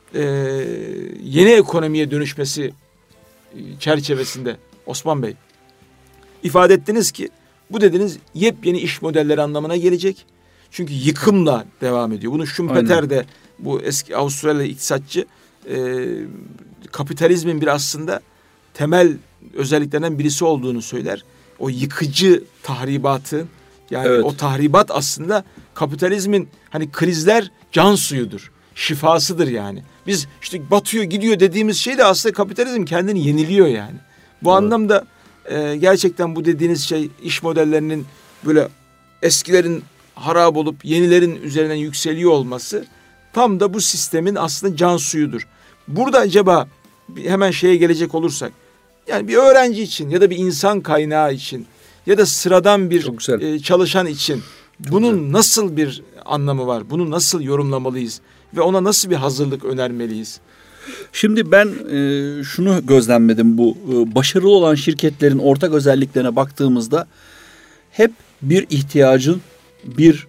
yeni ekonomiye dönüşmesi çerçevesinde Osman Bey ifade ettiniz ki bu dediniz yepyeni iş modelleri anlamına gelecek. Çünkü yıkımla devam ediyor. Bunu Schumpeter de, bu eski Avustralyalı iktisatçı, kapitalizmin bir aslında temel özelliklerinden birisi olduğunu söyler. O yıkıcı tahribatı, yani evet, o tahribat aslında kapitalizmin hani krizler can suyudur, şifasıdır yani. Biz işte batıyor gidiyor dediğimiz şey de aslında kapitalizm kendini yeniliyor yani. Bu evet, anlamda gerçekten bu dediğiniz şey iş modellerinin böyle eskilerin harap olup yenilerin üzerinden yükseliyor olması tam da bu sistemin aslında can suyudur. Burada acaba hemen şeye gelecek olursak, yani bir öğrenci için ya da bir insan kaynağı için ya da sıradan bir çalışan için bunun nasıl bir anlamı var? Bunu nasıl yorumlamalıyız ve ona nasıl bir hazırlık önermeliyiz? Şimdi ben şunu gözlemledim, bu başarılı olan şirketlerin ortak özelliklerine baktığımızda hep bir ihtiyacın, bir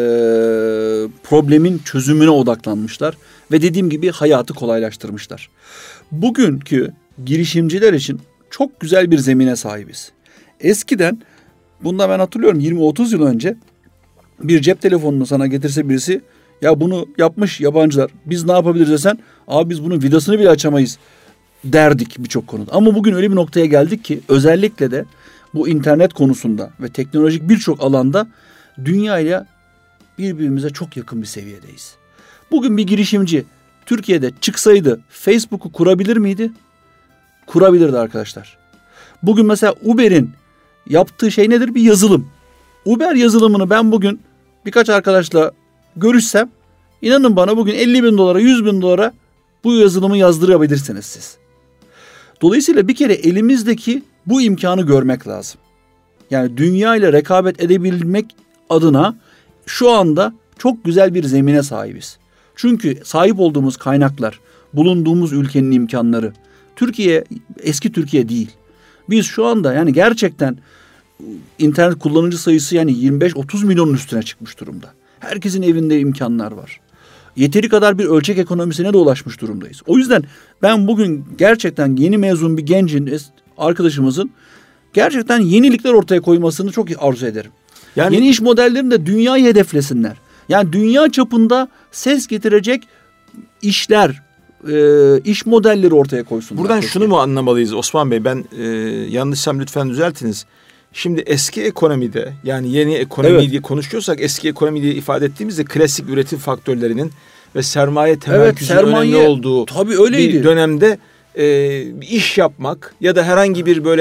problemin çözümüne odaklanmışlar ve dediğim gibi hayatı kolaylaştırmışlar. Bugünkü girişimciler için çok güzel bir zemine sahibiz. Eskiden, bunda ben hatırlıyorum 20-30 yıl önce bir cep telefonunu sana getirse birisi, ya bunu yapmış yabancılar, biz ne yapabiliriz desen, abi biz bunun vidasını bile açamayız derdik birçok konuda. Ama bugün öyle bir noktaya geldik ki özellikle de bu internet konusunda ve teknolojik birçok alanda dünyayla birbirimize çok yakın bir seviyedeyiz. Bugün bir girişimci Türkiye'de çıksaydı Facebook'u kurabilir miydi? Kurabilirdi arkadaşlar. Bugün mesela Uber'in yaptığı şey nedir? Bir yazılım. Uber yazılımını ben bugün birkaç arkadaşla görüşsem, inanın bana bugün 50 bin dolara, 100 bin dolara bu yazılımı yazdırabilirsiniz siz. Dolayısıyla bir kere elimizdeki bu imkanı görmek lazım. Yani dünya ile rekabet edebilmek adına şu anda çok güzel bir zemine sahibiz. Çünkü sahip olduğumuz kaynaklar, bulunduğumuz ülkenin imkanları, Türkiye eski Türkiye değil. Biz şu anda yani gerçekten internet kullanıcı sayısı yani 25-30 milyonun üstüne çıkmış durumda. Herkesin evinde imkanlar var. Yeteri kadar bir ölçek ekonomisine de ulaşmış durumdayız. O yüzden ben bugün gerçekten yeni mezun bir gencin, arkadaşımızın gerçekten yenilikler ortaya koymasını çok arzu ederim. Yani yeni iş modellerinde dünyayı hedeflesinler. Yani dünya çapında ses getirecek işler, iş modelleri ortaya koysunlar. Buradan şunu mu anlamalıyız Osman Bey? Ben yanlışsam lütfen düzeltiniz. Şimdi eski ekonomide, yani yeni ekonomi diye konuşuyorsak, eski ekonomi diye ifade ettiğimizde klasik üretim faktörlerinin ve sermaye temerküzünün önemli olduğu tabii öyleydi. Bir dönemde iş yapmak ya da herhangi bir böyle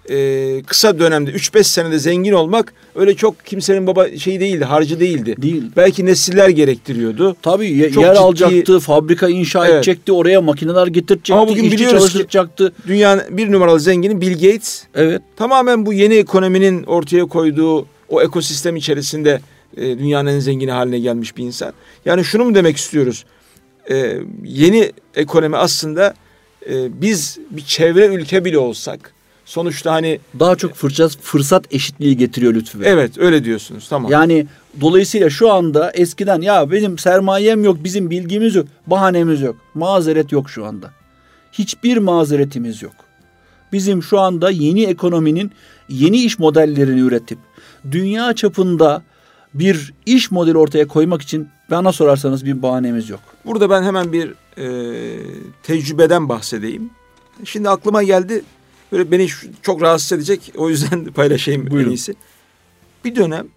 kısa dönemde 3-5 senede zengin olmak öyle çok kimsenin değildi, harcı değildi. Değil. Belki nesiller gerektiriyordu. Tabii Çok yer ciddi, alacaktı, fabrika inşa edecekti, oraya makineler getirecekti, ama bugün işçi çalıştıracaktı. Dünyanın bir numaralı zengini Bill Gates. Evet. Tamamen bu yeni ekonominin ortaya koyduğu o ekosistem içerisinde dünyanın en zengini haline gelmiş bir insan. Yani şunu mu demek istiyoruz? Yeni ekonomi aslında biz bir çevre ülke bile olsak sonuçta hani Daha çok fırsat eşitliği getiriyor Lütfü Bey. evet, öyle diyorsunuz, tamam. Yani dolayısıyla şu anda eskiden ya benim sermayem yok, bizim bilgimiz yok, bahanemiz yok. Mazeret yok şu anda. Hiçbir mazeretimiz yok. Bizim şu anda yeni ekonominin yeni iş modellerini üretip dünya çapında bir iş modeli ortaya koymak için bana sorarsanız bir bahanemiz yok. Burada ben hemen bir tecrübeden bahsedeyim. Şimdi aklıma geldi. Böyle beni çok rahatsız edecek. O yüzden paylaşayım. Buyurun. En iyisi. Bir dönem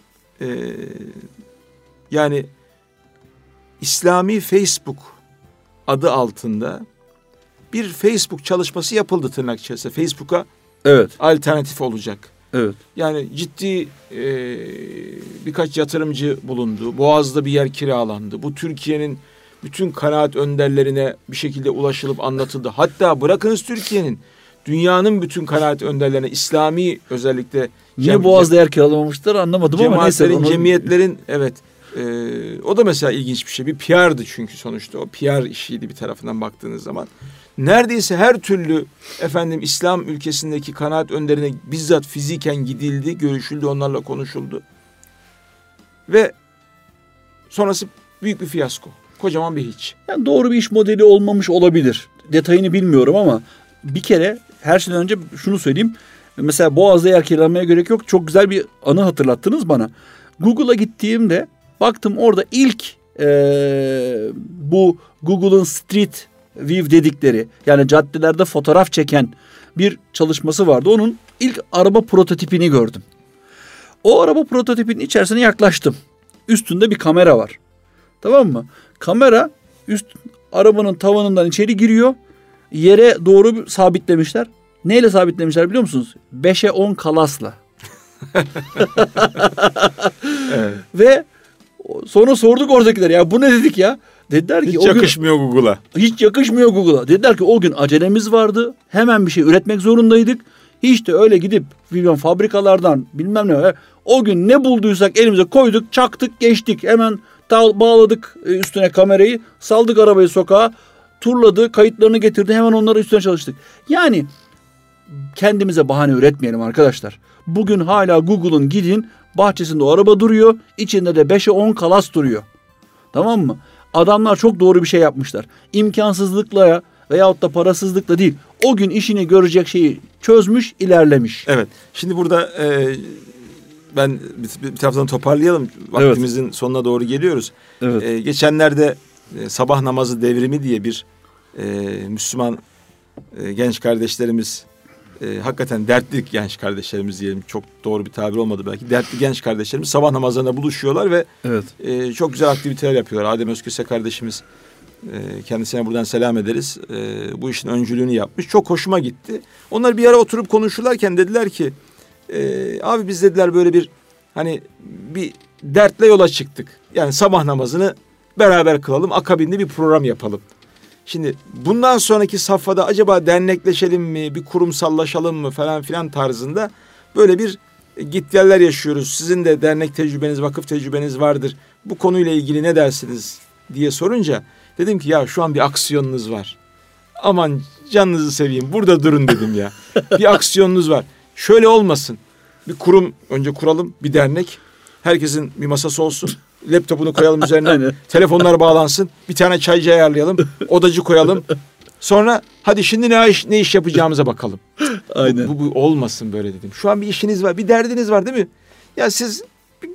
yani İslami Facebook adı altında bir Facebook çalışması yapıldı tırnak içerisinde. Facebook'a Evet. alternatif olacak. Evet. Yani ciddi birkaç yatırımcı bulundu. Boğaz'da bir yer kiralandı. Bu Türkiye'nin bütün kanaat önderlerine bir şekilde ulaşılıp anlatıldı. Hatta bırakınız Türkiye'nin, dünyanın bütün kanaat önderlerine, İslami özellikle Niye Boğaz'da yer kiralamamışlar anlamadım ama neyse. Cemiyetlerin evet. O da mesela ilginç bir şey. Bir PR'dı çünkü sonuçta. O PR işiydi bir tarafından baktığınız zaman. Neredeyse her türlü İslam ülkesindeki kanaat önderine bizzat fiziken gidildi, görüşüldü, onlarla konuşuldu. Ve sonrası büyük bir fiyasko. Kocaman bir hiç. Yani doğru bir iş modeli olmamış olabilir. Detayını bilmiyorum ama bir kere her şeyden önce şunu söyleyeyim. Mesela Boğaz'da yer kiralamaya gerek yok. Çok güzel bir anı hatırlattınız bana. Google'a gittiğimde baktım orada ilk bu Google'ın Street View dedikleri, yani caddelerde fotoğraf çeken bir çalışması vardı. Onun ilk araba prototipini gördüm. O araba prototipinin içerisine yaklaştım. Üstünde bir kamera var. Tamam mı? Kamera arabanın tavanından içeri giriyor. Yere doğru sabitlemişler. Neyle sabitlemişler biliyor musunuz? 5'e 10 kalasla. Evet. Ve sonra sorduk oradakilere, ya bu ne dedik ya? Dediler ki hiç yakışmıyor Google'a. Hiç yakışmıyor Google'a. Dediler ki o gün acelemiz vardı. Hemen bir şey üretmek zorundaydık. Hiç de öyle gidip fabrikalardan bilmem ne. O gün ne bulduysak elimize koyduk, çaktık, geçtik. Hemen bağladık üstüne kamerayı, saldık arabayı sokağa, turladı, kayıtlarını getirdi. Hemen onları üstüne çalıştık. Yani kendimize bahane üretmeyelim arkadaşlar. Bugün hala Google'un gidin bahçesinde o araba duruyor. İçinde de 5'e 10 kalas duruyor. Tamam mı? Adamlar çok doğru bir şey yapmışlar. İmkansızlıkla veyahut da parasızlıkla değil. O gün işini görecek şeyi çözmüş, ilerlemiş. Evet. Şimdi burada ben bir taraftan toparlayalım. Vaktimizin sonuna doğru geliyoruz. Evet. Geçenlerde sabah namazı devrimi diye bir Müslüman genç kardeşlerimiz, hakikaten dertli genç kardeşlerimiz diyelim, çok doğru bir tabir olmadı belki. Dertli genç kardeşlerimiz sabah namazlarında buluşuyorlar ve evet. Çok güzel aktiviteler yapıyorlar. Adem Özköse kardeşimiz, kendisine buradan selam ederiz. Bu işin öncülüğünü yapmış. Çok hoşuma gitti. Onlar bir ara oturup konuşurlarken dediler ki abi biz dediler böyle bir dertle yola çıktık. Yani sabah namazını beraber kılalım, akabinde bir program yapalım. Şimdi bundan sonraki safhada acaba dernekleşelim mi, bir kurumsallaşalım mı falan filan tarzında böyle bir gitgeller yaşıyoruz. Sizin de dernek tecrübeniz, vakıf tecrübeniz vardır. Bu konuyla ilgili ne dersiniz diye sorunca dedim ki ya şu an bir aksiyonunuz var. Aman canınızı seveyim, burada durun dedim ya. Bir aksiyonunuz var. Şöyle olmasın. Bir kurum önce kuralım, bir dernek. Herkesin bir masası olsun. Laptopunu koyalım üzerine. Aynen. Telefonlar bağlansın. Bir tane çaycı ayarlayalım. Odacı koyalım. Sonra hadi şimdi ne iş yapacağımıza bakalım. Aynen. Bu olmasın böyle dedim. Şu an bir işiniz var, bir derdiniz var değil mi? Ya siz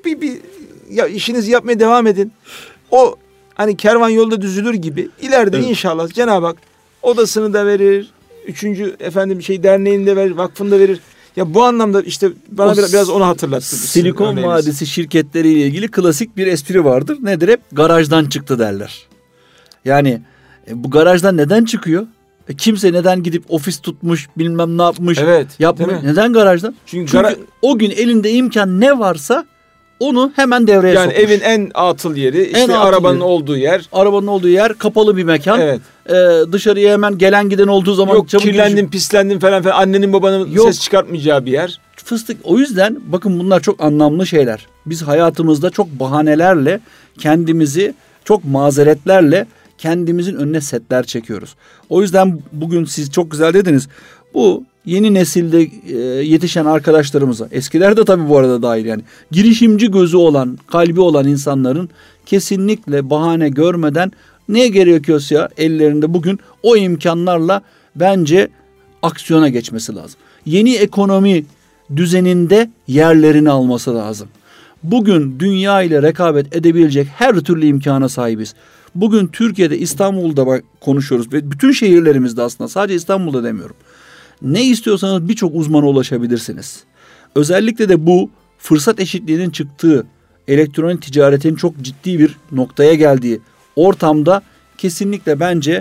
ya işinizi yapmaya devam edin. O hani kervan yolda düzülür gibi ileride evet. İnşallah Cenab-ı Hak odasını da verir. Derneğini de verir, vakfını da verir. Ya bu anlamda işte bana biraz onu hatırlattı. Silikon Vadisi şirketleriyle ilgili klasik bir espri vardır. Nedir? Hep garajdan çıktı derler. Yani bu garajdan neden çıkıyor? Kimse neden gidip ofis tutmuş, bilmem ne yapmış, Evet, yapmış. değil mi? Neden garajdan? Çünkü o gün elinde imkan ne varsa onu hemen devreye yani sokmuş. evin en atıl yeri, işte En atıl arabanın yeri. olduğu yer. Arabanın olduğu yer kapalı bir mekan. Evet. Dışarıya hemen gelen giden olduğu zaman Yok çabuk kirlendim, pislendim falan filan. Annenin babanın Yok. ses çıkartmayacağı bir yer. fıstık. O yüzden bakın bunlar çok anlamlı şeyler. Biz hayatımızda çok bahanelerle kendimizi, çok mazeretlerle kendimizin önüne setler çekiyoruz. O yüzden bugün siz çok güzel dediniz. Bu yeni nesilde yetişen arkadaşlarımıza, eskiler de tabii bu arada dahil yani, girişimci gözü olan, kalbi olan insanların kesinlikle bahane görmeden ne gerekiyorsa ellerinde bugün o imkanlarla bence aksiyona geçmesi lazım. Yeni ekonomi düzeninde yerlerini alması lazım. Bugün dünya ile rekabet edebilecek her türlü imkana sahibiz. Bugün Türkiye'de, İstanbul'da konuşuyoruz ve bütün şehirlerimizde, aslında sadece İstanbul'da demiyorum. Ne istiyorsanız birçok uzmana ulaşabilirsiniz. Özellikle de bu fırsat eşitliğinin çıktığı, elektronik ticaretin çok ciddi bir noktaya geldiği ortamda kesinlikle bence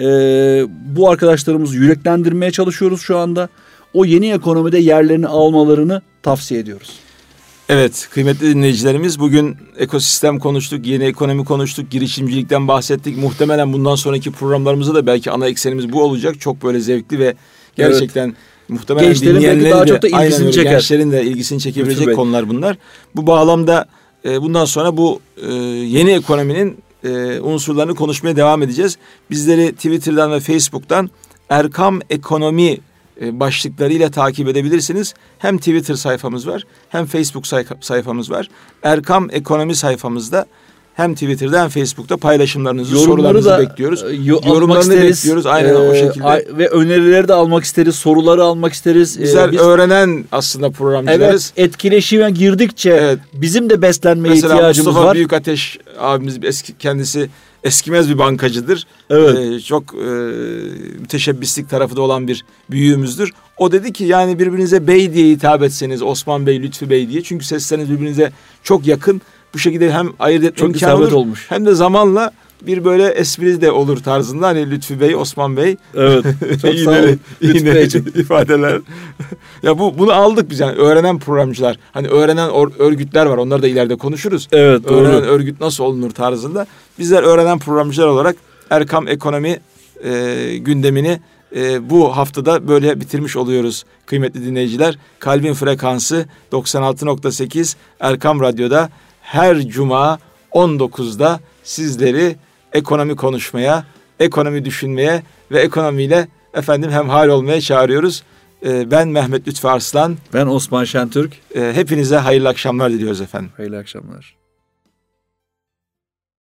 bu arkadaşlarımızı yüreklendirmeye çalışıyoruz şu anda. O yeni ekonomide yerlerini almalarını tavsiye ediyoruz. Evet, kıymetli dinleyicilerimiz, bugün ekosistem konuştuk, yeni ekonomi konuştuk, girişimcilikten bahsettik. Muhtemelen bundan sonraki programlarımızda da belki ana eksenimiz bu olacak. Çok böyle zevkli ve gerçekten muhtemelen gençlerin dinleyenlerin daha de, çok da ilgisini çeker. gençlerin de ilgisini çekebilecek konular bunlar. Bu bağlamda bundan sonra bu yeni ekonominin unsurlarını konuşmaya devam edeceğiz. Bizleri Twitter'dan ve Facebook'tan Erkam Ekonomi başlıklarıyla takip edebilirsiniz. Hem Twitter sayfamız var, hem Facebook sayfamız var. Erkam Ekonomi sayfamızda hem Twitter'da hem Facebook'ta paylaşımlarınızı, sorularınızı bekliyoruz. Yorumlarını bekliyoruz. Aynen o şekilde. Ve önerileri de almak isteriz, soruları almak isteriz. Bizler öğrenen aslında programcılarız. Evet, etkileşime girdikçe bizim de beslenmeye mesela ihtiyacımız Mustafa var. Büyükateş abimiz kendisi eskimez bir bankacıdır. Evet. Çok müteşebbislik tarafı da olan bir büyüğümüzdür. O dedi ki yani birbirinize bey diye hitap etseniz, Osman Bey, Lütfü Bey diye. Çünkü sesleriniz birbirinize çok yakın. Bu şekilde hem ayırt etme çok imkanı olur, olmuş. Hem de zamanla bir böyle espri de olur tarzında. Hani Lütfü Bey, Osman Bey. Evet. Çok sağ olun Lütfü Beyciğim. ifadeler. Ya bunu aldık biz yani, öğrenen programcılar. Hani öğrenen örgütler var. Onları da ileride konuşuruz. Evet, doğru. Öğrenen örgüt nasıl olunur tarzında. Bizler öğrenen programcılar olarak Erkam Ekonomi gündemini bu haftada böyle bitirmiş oluyoruz kıymetli dinleyiciler. Kalbin frekansı 96.8 Erkam Radyo'da her cuma 19'da sizleri ekonomi konuşmaya, ekonomi düşünmeye ve ekonomiyle hemhal olmaya çağırıyoruz. Ben Mehmet Lütfü Arslan. Ben Osman Şentürk. Hepinize hayırlı akşamlar diliyoruz efendim. Hayırlı akşamlar.